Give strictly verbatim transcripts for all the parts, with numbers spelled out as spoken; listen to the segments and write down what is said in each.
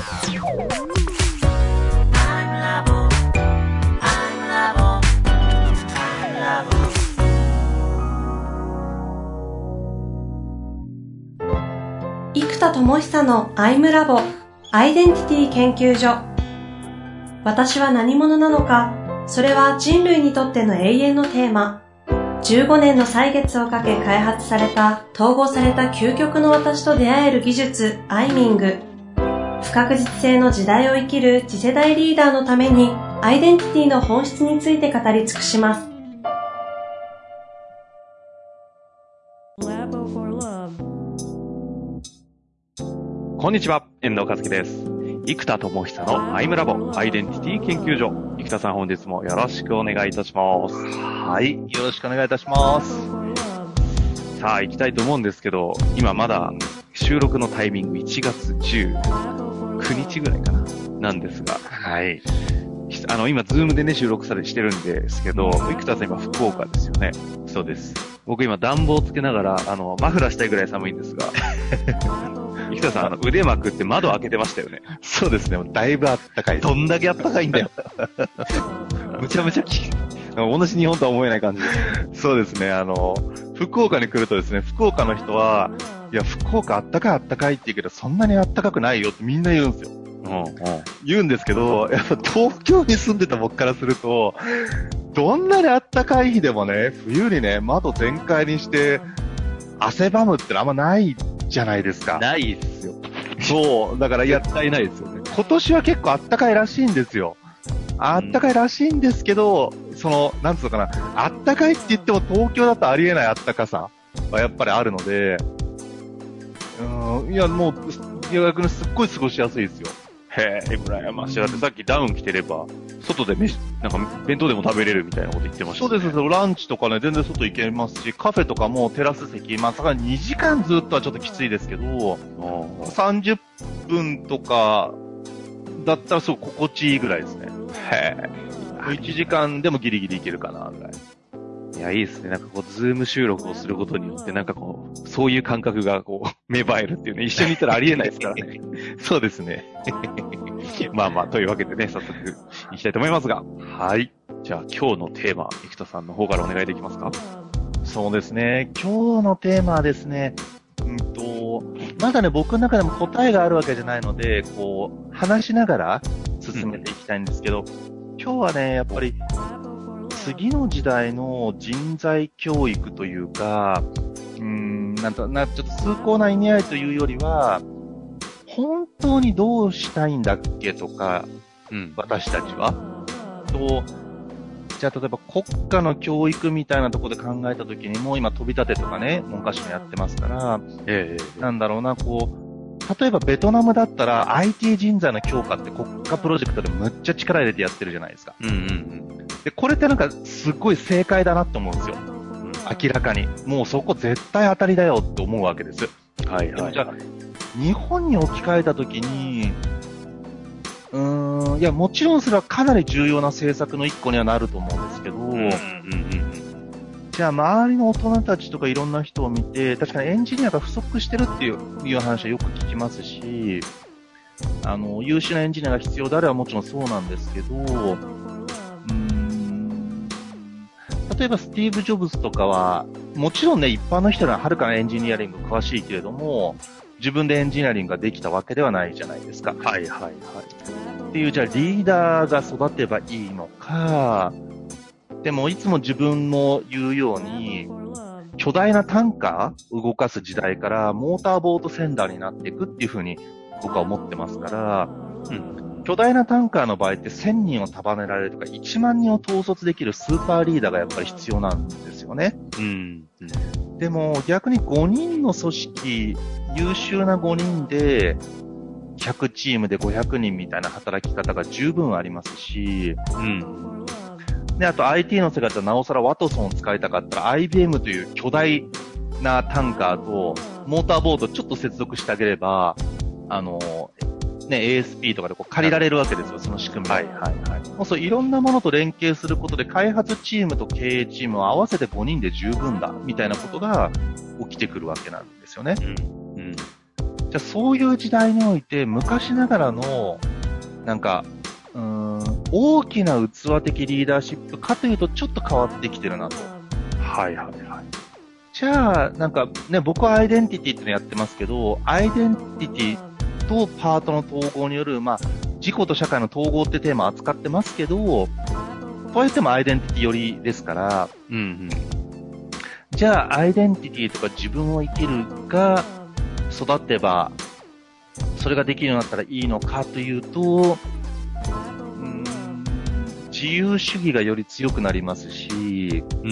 生田智久のアイムラボアイデンティティ研究所。私は何者なのか、それは人類にとっての永遠のテーマ。じゅうごねんの歳月をかけ開発された統合された究極の私と出会える技術アイミング。不確実性の時代を生きる次世代リーダーのためにアイデンティティの本質について語り尽くします。 こんにちは、遠藤和樹です。生田智久のアイムラボアイデンティティ研究所。生田さん、本日もよろしくお願いいたします。 はい、よろしくお願いいたします。 さあ、行きたいと思うんですけど、今まだ収録のタイミングいちがつじゅうくにちぐらいかな、なんですが、はい。あの、今、ズームでね、収録されしてるんですけど、生田さん今、福岡ですよね。 そうです。 僕今、暖房つけながら、あの、マフラーしたいぐらい寒いんですが、生田さん、あの、腕まくって窓開けてましたよね。 そうですね。だいぶあったかい。 どんだけあったかいんだよ。むちゃむちゃき、同じ日本とは思えない感じです。 そうですね。あの、福岡に来るとですね、福岡の人は、いや、福岡あったかいあったかいって言うけど、そんなにあったかくないよってみんな言うんですよ。 うんうん、 言うんですけど、やっぱ東京に住んでた僕からすると、どんなにあったかい日でもね、冬にね、窓全開にして、汗ばむってのあんまないじゃないですか。 ないっすよ。 そう。だから、いや、絶対ないですよね。今年は結構あったかいらしいんですよ。あったかいらしいんですけど、うん、その、なんつうのかな、あったかいって言っても東京だとありえないあったかさはやっぱりあるので、うん、いや、もう、いや、逆にすっごい過ごしやすいですよ。 へえ、羨ましい。だってさっきダウン着てれば、外で飯、なんか弁当でも食べれるみたいなこと言ってましたね。 そうです、ランチとかね、全然外行けますし、カフェとかもテラス席、まあ、さかににじかんずっとはちょっときついですけど、さんじゅっぷんとかだったらすごく心地いいぐらいですね。へえ。いちじかんでもギリギリいけるかな、ぐらい。 いや、いいですね。なんかこう、ズーム収録をすることによって、なんかこう、そういう感覚がこう、芽生えるっていうね、一緒にいたらありえないですからね。 そうですね。 まあまあ、というわけでね、早速、いきたいと思いますが。はい。じゃあ、今日のテーマ、生田さんの方からお願いできますか？ そうですね。今日のテーマはですね、うんと、まだね、僕の中でも答えがあるわけじゃないので、こう、話しながら進めていきたいんですけど、うん、今日はね、やっぱり、次の時代の人材教育というか、うーん、なんとな、ちょっと崇高な意味合いというよりは、本当にどうしたいんだっけとか、うん、私たちはと、じゃあ例えば国家の教育みたいなところで考えたときにも、今飛び立てとかね、文科省もやってますから、ええ、なんだろうな、こう、例えばベトナムだったら アイティー 人材の強化って国家プロジェクトでむっちゃ力入れてやってるじゃないですか。うんうんうん、で、これってなんかすっごい正解だなって思うんですよ。うん、明らかに。もうそこ絶対当たりだよって思うわけです。はいはい、はい。でもじゃあ、日本に置き換えたときに、うーん、いや、もちろんそれはかなり重要な政策の一個にはなると思うんですけど、うんうんうん、じゃあ周りの大人たちとかいろんな人を見て、確かにエンジニアが不足してるっていう、いう話はよく聞きますし、あの、優秀なエンジニアが必要であればもちろんそうなんですけど、うーん、例えばスティーブ・ジョブズとかは、もちろんね、一般の人にははるかなエンジニアリング詳しいけれども、自分でエンジニアリングができたわけではないじゃないですか。はいはいはい。っていう、じゃあリーダーが育てばいいのか、でもいつも自分も言うように、巨大なタンカー動かす時代からモーターボート船団になっていくっていうふうに僕は思ってますから、うん、巨大なタンカーの場合ってせんにんを束ねられるとかいちまんにんを統率できるスーパーリーダーがやっぱり必要なんですよね。うんうん、でも逆にごにんの組織、優秀なごにんでひゃくチームでごひゃくにんみたいな働き方が十分ありますし、うん、で、あと アイティー の世界だったらなおさらワトソンを使いたかったら アイビーエム という巨大なタンカーとモーターボードちょっと接続してあげれば、あの、ね、エーエスピー とかでこう借りられるわけですよ、その仕組みを。はいはいはい。もうそういろんなものと連携することで開発チームと経営チームを合わせてごにんで十分だみたいなことが起きてくるわけなんですよね。うんうん、 じゃあそういう時代において、昔ながらの、なんか、うーん、大きな器的リーダーシップかというとちょっと変わってきてるなと。 はいはいはい。 じゃあ、なんかね、僕はアイデンティティっていうのやってますけど、アイデンティティとパートの統合による、まあ、自己と社会の統合ってテーマを扱ってますけど、とはいってもアイデンティティ寄りですから、 うんうん。 じゃあ、アイデンティティとか自分を生きるが育てば、それができるようになったらいいのかというと、うーん、自由主義がより強くなりますし、 うん、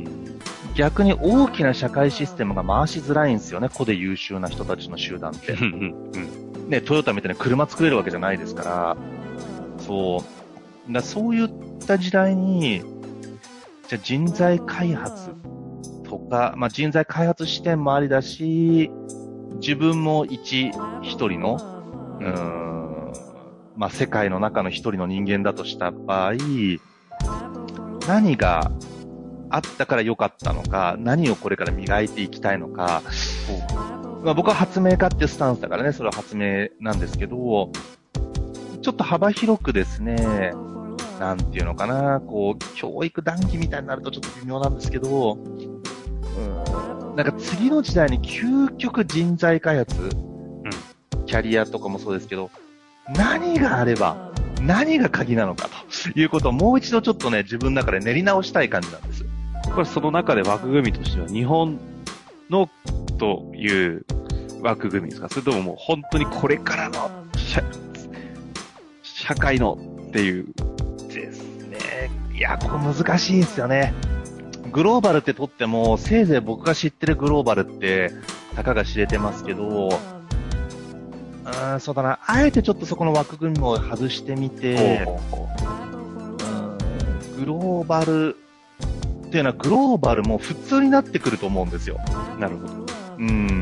逆に大きな社会システムが回しづらいんですよね、個で優秀な人たちの集団って。ね、トヨタみたいな車作れるわけじゃないですから、そう。だそういった時代に、じゃあ人材開発とか、まあ、人材開発視点もありだし、自分も一、一人の、うーん、まあ、世界の中の一人の人間だとした場合、何があったから良かったのか、何をこれから磨いていきたいのか、まあ、僕は発明家っていうスタンスだからね、それは発明なんですけど、ちょっと幅広くですね、なんていうのかな、こう、教育談義みたいになるとちょっと微妙なんですけど、うーん、なんか次の時代に究極人材開発、うん、キャリアとかもそうですけど、何があれば、何が鍵なのかということをもう一度ちょっとね、自分の中で練り直したい感じなんです。 これその中で枠組みとしては日本のという枠組みですか？それとももう本当にこれからの社、社会のっていうですね。いや、ここ難しいですよね。グローバルってとっても、せいぜい僕が知ってるグローバルって、たかが知れてますけど、うーん、そうだな、あえてちょっとそこの枠組みを外してみて、うん、グローバルっていうのはグローバルも普通になってくると思うんですよ。 なるほど。 うん。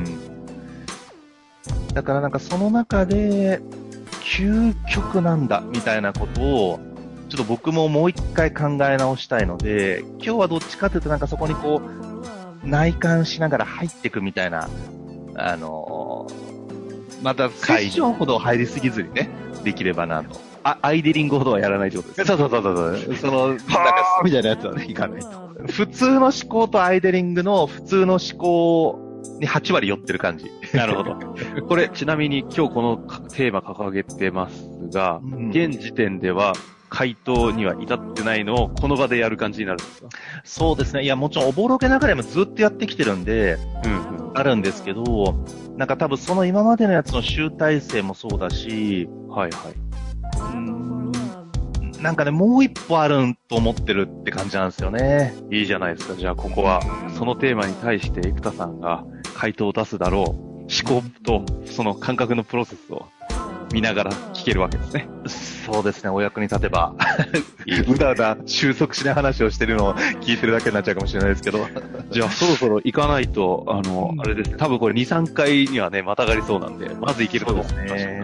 だからなんかその中で、究極なんだみたいなことを、ちょっと僕ももう一回考え直したいので、今日はどっちかというとなんかそこにこう、内観しながら入っていくみたいな、あのー、またセッションほど入りすぎずにね、できればなと。 あ、アイデリングほどはやらないってことですか？そうそうそうそう。その、なんか、みたいなやつはね、いかないと。普通の思考とアイデリングの普通の思考にはち割寄ってる感じ。 なるほど。これ、ちなみに今日このテーマ掲げてますが、うん、現時点では回答には至ってないのをこの場でやる感じになるんですか？ そうですね。いや、もちろんおぼろげながらもずっとやってきてるんで、うんうん、あるんですけど、なんか多分その今までのやつの集大成もそうだし、 はいはい。 うーん、なんかね、もう一歩あると思ってるって感じなんですよね。 いいじゃないですか。じゃあここは、そのテーマに対して生田さんが回答を出すだろう思考とその感覚のプロセスを見ながら聞けるわけですね。 そうですね、お役に立てば。うだうだ収束しない話をしてるのを聞いてるだけになっちゃうかもしれないですけど。 じゃあそろそろ行かないと、あの、うん、あれですね、多分これに、さんかいにはね、またがりそうなんで、まず行けるところですね。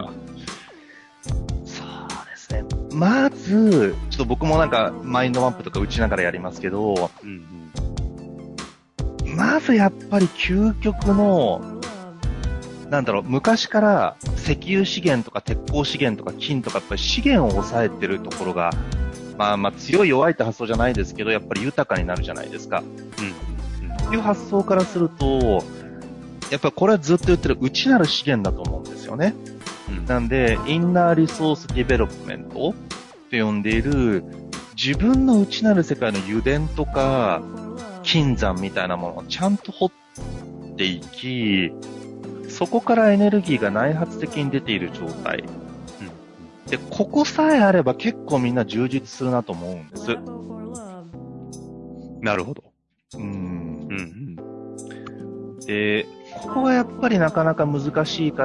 そうですね。まず、ちょっと僕もなんかマインドマップとか打ちながらやりますけど、うんうん、まずやっぱり究極の、なんだろう、昔から石油資源とか鉄鉱資源とか金とかやっぱり資源を抑えてるところが、まあまあ強い弱いって発想じゃないですけど、やっぱり豊かになるじゃないですか。うん。っていう発想からすると、やっぱりこれはずっと言ってる内なる資源だと思うんですよね。うん、なんで、インナーリソースディベロップメントって呼んでいる自分の内なる世界の油田とか金山みたいなものをちゃんと掘っていき、そこからエネルギーが内発的に出ている状態。うん、で、ここさえあれば結構みんな充実するなと思うんです。 なるほど。 うーん。うんうん、で、ここがやっぱりなかなか難しいから、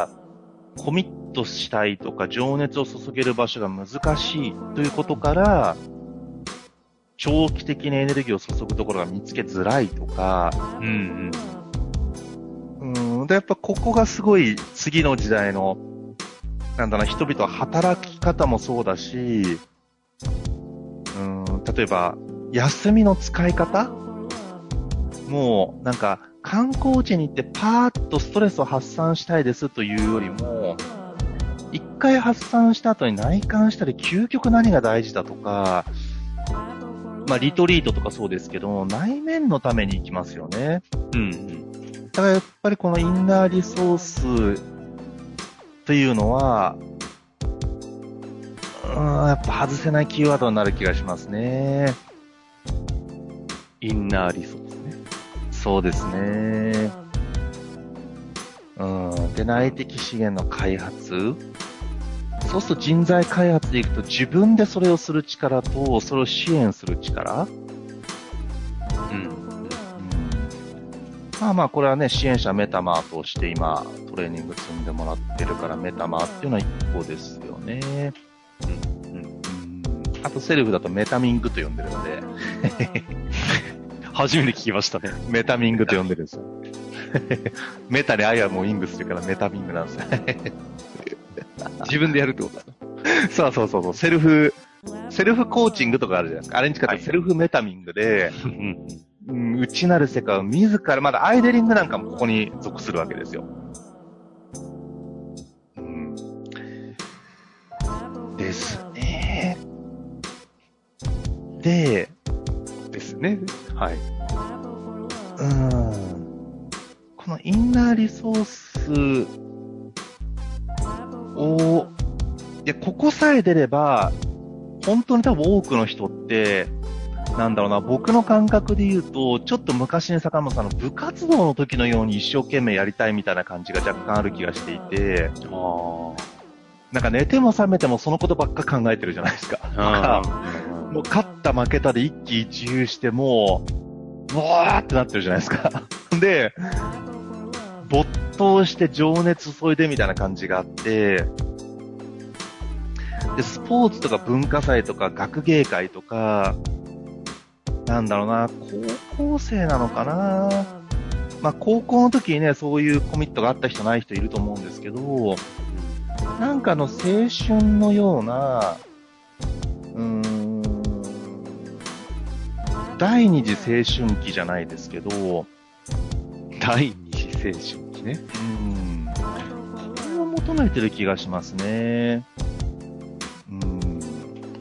コミットしたいとか情熱を注げる場所が難しいということから、長期的にエネルギーを注ぐところが見つけづらいとか、うんうんうん、でやっぱここがすごい次の時代の、なんだろう、人々は働き方もそうだし、うん、例えば休みの使い方もうなんか観光地に行ってパーッとストレスを発散したいですというよりも、一回発散した後に内観したり、究極何が大事だとか、まあリトリートとかそうですけど、内面のために行きますよね。 うん。 だからやっぱりこのインナーリソースというのは、うーん、やっぱ外せないキーワードになる気がしますね。 インナーリソースね。 そうですね。うん。で、内的資源の開発。そうすると人材開発でいくと自分でそれをする力と、それを支援する力。 うん。うん、 まあまあ、これはね、支援者メタマーとして今、トレーニング積んでもらってるからメタマーっていうのは一個ですよね。うん。うん。あとセルフだとメタミングと呼んでるので。 初めて聞きましたね。 メタミングと呼んでるんですよ。メタに愛はもうイングするからメタミングなんですよ。 自分でやるってことですか？ そうそうそうそう。セルフ、セルフコーチングとかあるじゃないですか。あれに近いセルフメタミングで、うん、内なる世界を自ら、まだアイデリングなんかもここに属するわけですよ。うん、ですね。で、 ですね。はい。 うん。このインナーリソースを、いや、ここさえ出れば、本当に多分多くの人って、なんだろうな、僕の感覚で言うと、ちょっと昔に坂本さんの部活動の時のように一生懸命やりたいみたいな感じが若干ある気がしていて、あなんか寝ても覚めてもそのことばっか考えてるじゃないですか。あもう勝った負けたで一喜一憂してもう、うわーってなってるじゃないですか。で、没頭して情熱注いでみたいな感じがあって、で、スポーツとか文化祭とか学芸会とか、なんだろうな、高校生なのかな。まあ、高校の時にね、そういうコミットがあった人ない人いると思うんですけど、なんかの青春のような、うーん、第二次青春期じゃないですけど、 第二次青春期ね。 うん。これを求めてる気がしますね。うん。だ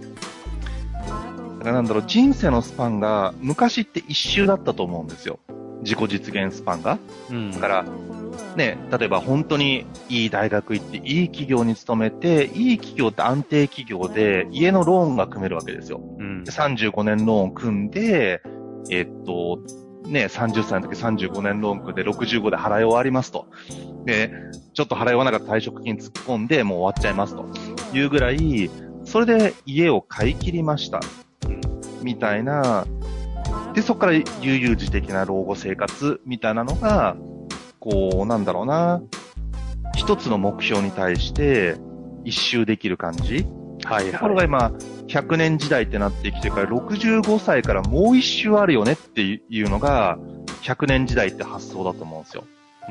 からなんだろう、人生のスパンが昔って一周だったと思うんですよ。自己実現スパンが。うん。だから、ね、例えば本当にいい大学行って、いい企業に勤めて、いい企業って安定企業で、家のローンが組めるわけですよ。うん、さんじゅうごねんローン組んで、えっと、ね、さんじゅっさいの時さんじゅうごねんローン組んでろくじゅうごで払い終わりますと。で、ちょっと払い終わらなかった退職金突っ込んで、もう終わっちゃいますというぐらい、それで家を買い切りました。みたいな、で、そこから悠々自適な老後生活みたいなのが、こう、なんだろうな、一つの目標に対して一周できる感じ。はいはい。ところが今、ひゃくねん時代ってなってきてから、ろくじゅうごさいからもう一周あるよねっていうのが、ひゃくねん時代って発想だと思うんですよ。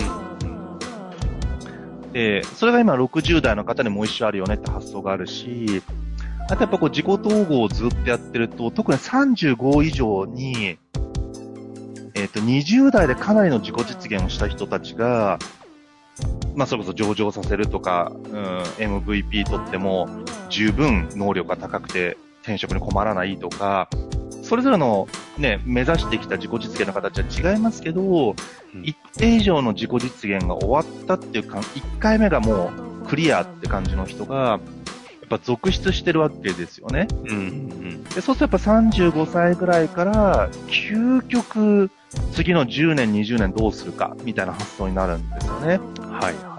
うん。で、それが今ろくじゅう代の方にもう一周あるよねって発想があるし、あとやっぱこう自己統合をずっとやってると、特にさんじゅうご以上に、えっと、にじゅう代でかなりの自己実現をした人たちが、まあ、それこそ上場させるとか、うん、エムブイピー 取っても十分能力が高くて転職に困らないとか、それぞれのね、目指してきた自己実現の形は違いますけど、うん、一定以上の自己実現が終わったっていうか、いっかいめがもうクリアって感じの人が、やっぱ続出してるわけですよね。うんうん、でそうするとやっぱさんじゅうごさいぐらいから、究極、次のじゅうねん、にじゅうねんどうするか、みたいな発想になるんですよね。はいはい。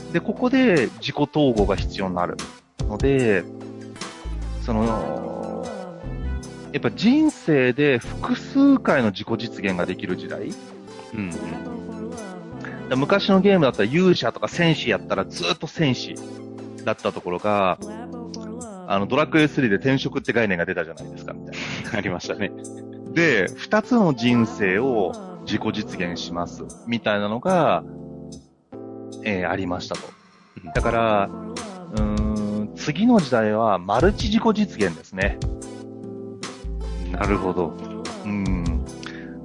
で、ここで自己統合が必要になるので、その、やっぱ人生で複数回の自己実現ができる時代。うんうん、昔のゲームだったら勇者とか戦士やったらずっと戦士だったところが、あの、ドラクエスリーで転職って概念が出たじゃないですか、みたいな。 ありましたね。 で、二つの人生を自己実現します、みたいなのが、えー、ありましたと。だから、うーん、次の時代はマルチ自己実現ですね。 なるほど。 うん。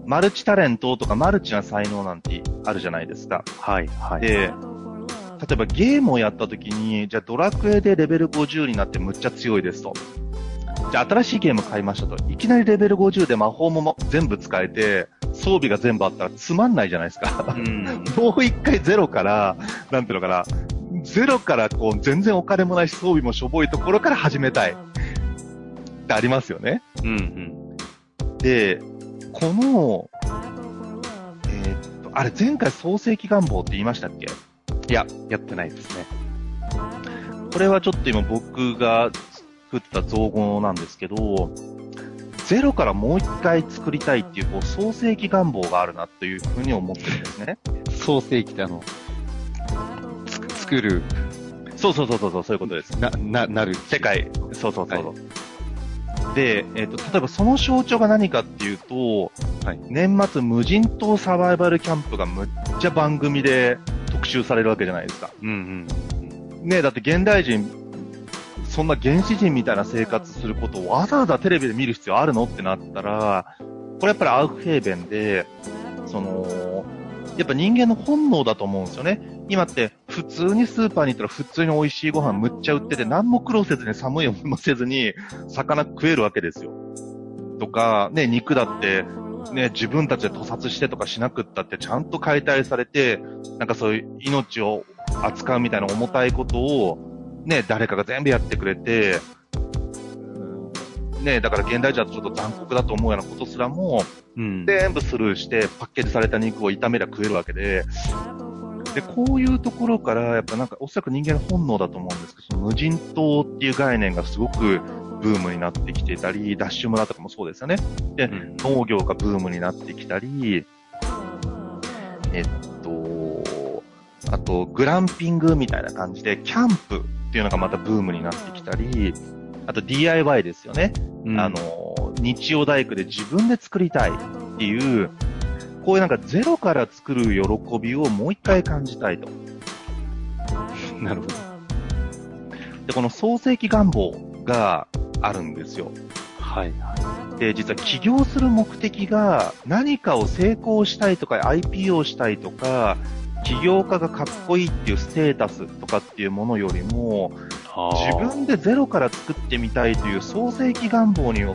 マルチタレントとかマルチな才能なんてあるじゃないですか。 はい、はい。 で、例えばゲームをやった時に、じゃあドラクエでレベルごじゅうになってむっちゃ強いですと。じゃあ新しいゲーム買いましたと。いきなりレベルごじゅうで魔法も全部使えて、装備が全部あったらつまんないじゃないですか。うん、もう一回ゼロから、なんていうのかな、ゼロからこう全然お金もないし装備もしょぼいところから始めたい。ってありますよね。 うんうん。 で、この、えー、っと、あれ前回創世記願望って言いましたっけ？ いや、やってないですね。 これはちょっと今僕が作った造語なんですけど、ゼロからもう一回作りたいっていう、こう、創世記願望があるなというふうに思ってるんですね。 創世記ってあの、つ作る。 そうそうそうそう、そういうことです。 な、な、なる。 世界。そうそうそう。はい、で、えっと、例えばその象徴が何かっていうと、はい、年末無人島サバイバルキャンプがむっちゃ番組で特集されるわけじゃないですか。うんうん。ねえ、だって現代人、そんな原始人みたいな生活することをわざわざテレビで見る必要あるのってなったら、これやっぱりアウフヘーベンで、その、やっぱ人間の本能だと思うんですよね。今って普通にスーパーに行ったら普通に美味しいご飯むっちゃ売ってて何も苦労せずに寒い思いもせずに魚食えるわけですよ。とか、ね、肉だって、ね、自分たちで屠殺してとかしなくったってちゃんと解体されて、なんかそういう命を扱うみたいな重たいことを、ね、誰かが全部やってくれて、ね、だから現代人だとちょっと残酷だと思うようなことすらも、うん、全部スルーしてパッケージされた肉を炒めりゃ食えるわけで、で、こういうところから、やっぱなんかおそらく人間の本能だと思うんですけど、その無人島っていう概念がすごくブームになってきていたり、ダッシュ村とかもそうですよね。で、うん、農業がブームになってきたり、えっと、あと、グランピングみたいな感じで、キャンプっていうのがまたブームになってきたり、あと ディーアイワイ ですよね。うん、あの、日曜大工で自分で作りたいっていう、こういうなんかゼロから作る喜びをもう一回感じたいと。なるほど。で、この創世記願望があるんですよ。 はいはい。 で、実は起業する目的が何かを成功したいとか アイピーオー したいとか、起業家がかっこいいっていうステータスとかっていうものよりも、自分でゼロから作ってみたいという創世記願望によって、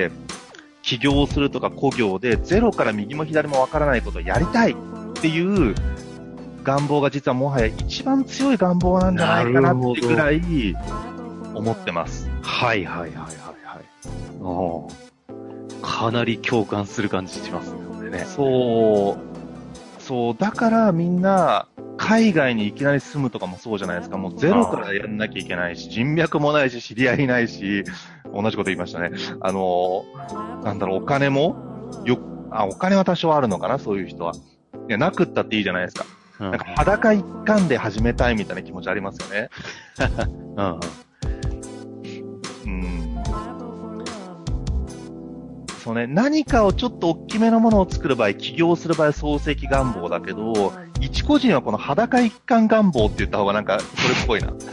起業するとか故業でゼロから右も左もわからないことをやりたいっていう願望が実はもはや一番強い願望なんじゃないかなってぐらい思ってます。 はいはいはいはいはい。おかなり共感する感じしますね。 そう。そう。だからみんな海外にいきなり住むとかもそうじゃないですか。もうゼロからやんなきゃいけないし、人脈もないし、知り合いないし、同じこと言いましたね。あの、なんだろう、お金もよ、あ、お金は多少あるのかな、そういう人は。いや、なくったっていいじゃないですか。うん、なんか裸一貫で始めたいみたいな気持ちありますよね。うん。うん。そうね、何かをちょっと大きめのものを作る場合、起業する場合、創世記願望だけど、一個人はこの裸一貫願望って言った方がなんか、それっぽいな。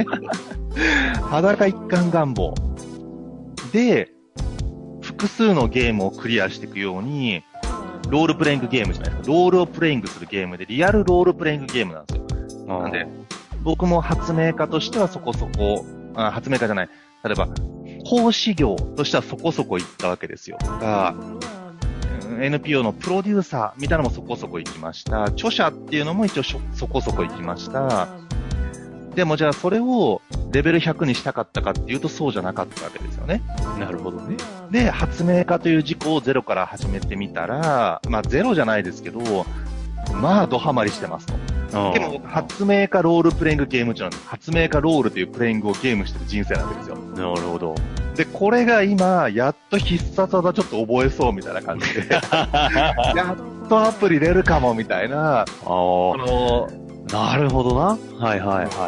裸一貫願望。で、複数のゲームをクリアしていくように、ロールプレイングゲームじゃないですか。ロールをプレイングするゲームで、リアルロールプレイングゲームなんですよ。なんで、僕も発明家としてはそこそこ、あ、発明家じゃない。例えば、講師業としてはそこそこ行ったわけですよ。とか、エヌピーオー のプロデューサーみたいなのもそこそこ行きました。著者っていうのも一応そこそこ行きました。でもじゃあそれをレベルひゃくにしたかったかっていうとそうじゃなかったわけですよね。 なるほどね。 で、発明家という事項をゼロから始めてみたら、まあゼロじゃないですけど、まあドハマりしてますと。でも発明家ロールプレイングゲーム中なんです。発明家ロールというプレイングをゲームしてる人生なわけですよ。 なるほど。 で、これが今、やっと必殺技ちょっと覚えそうみたいな感じで、やっとアプリ出るかもみたいな、あのなるほどな。はいはいはい。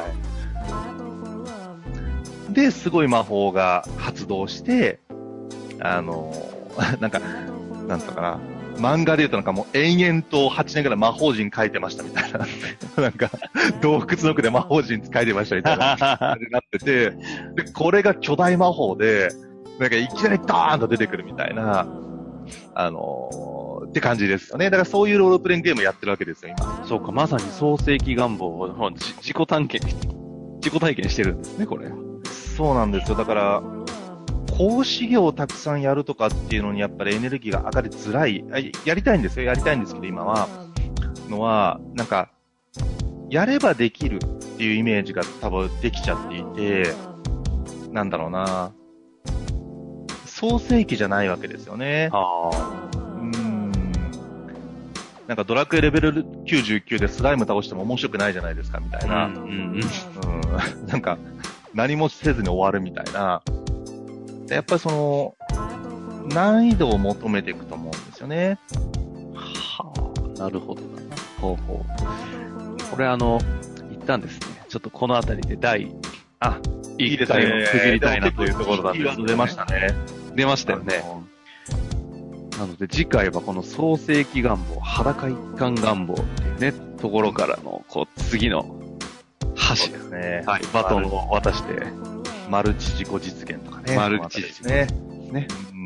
で、すごい魔法が発動して、あの、なんか、なんとかな、漫画で言うとなんかもう延々とはちねんくらい魔法陣書いてましたみたいな。なんか、洞窟の奥で魔法陣書いてましたみたいな感じになってて、で、これが巨大魔法で、なんかいきなりドーンと出てくるみたいな、あの、 って感じですよね。だからそういうロールプレイングゲームやってるわけですよ、今。 そうか、まさに創世記願望をじ自己探検、自己体験してるんですね、これ。 そうなんですよ。だから、講師業をたくさんやるとかっていうのにやっぱりエネルギーが上がりづらい。やりたいんですよ。やりたいんですけど今は。のは、なんか、やればできるっていうイメージが多分できちゃっていて、なんだろうな。創世記じゃないわけですよね。 あうーん。なんかドラクエレベルきゅうじゅうきゅうでスライム倒しても面白くないじゃないですか、みたいな。 うんうんうん。 うん。なんか、何もせずに終わるみたいな。やっぱりその、難易度を求めていくと思うんですよね。 はあ、なるほどな。ほうほう。これあの、一旦ですね、ちょっとこのあたりで第、あ、いいですね。区切りたいなというところだったんですね。 出ましたね。 出ましたよね。なので次回はこの創世記願望、裸一貫願望っていうね、ところからの、こう、次の箸ですね。はい、バトンを渡して、 マルチ自己実現とかね。 マルチですね。 ね。うん。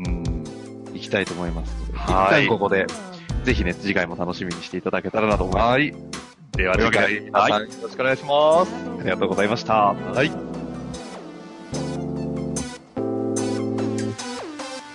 いきたいと思いますので、 はい。 一旦ここで、ぜひね、次回も楽しみにしていただけたらなと思います。 はい。では次回、皆さんよろしくお願いします。 ありがとうございました。 はい。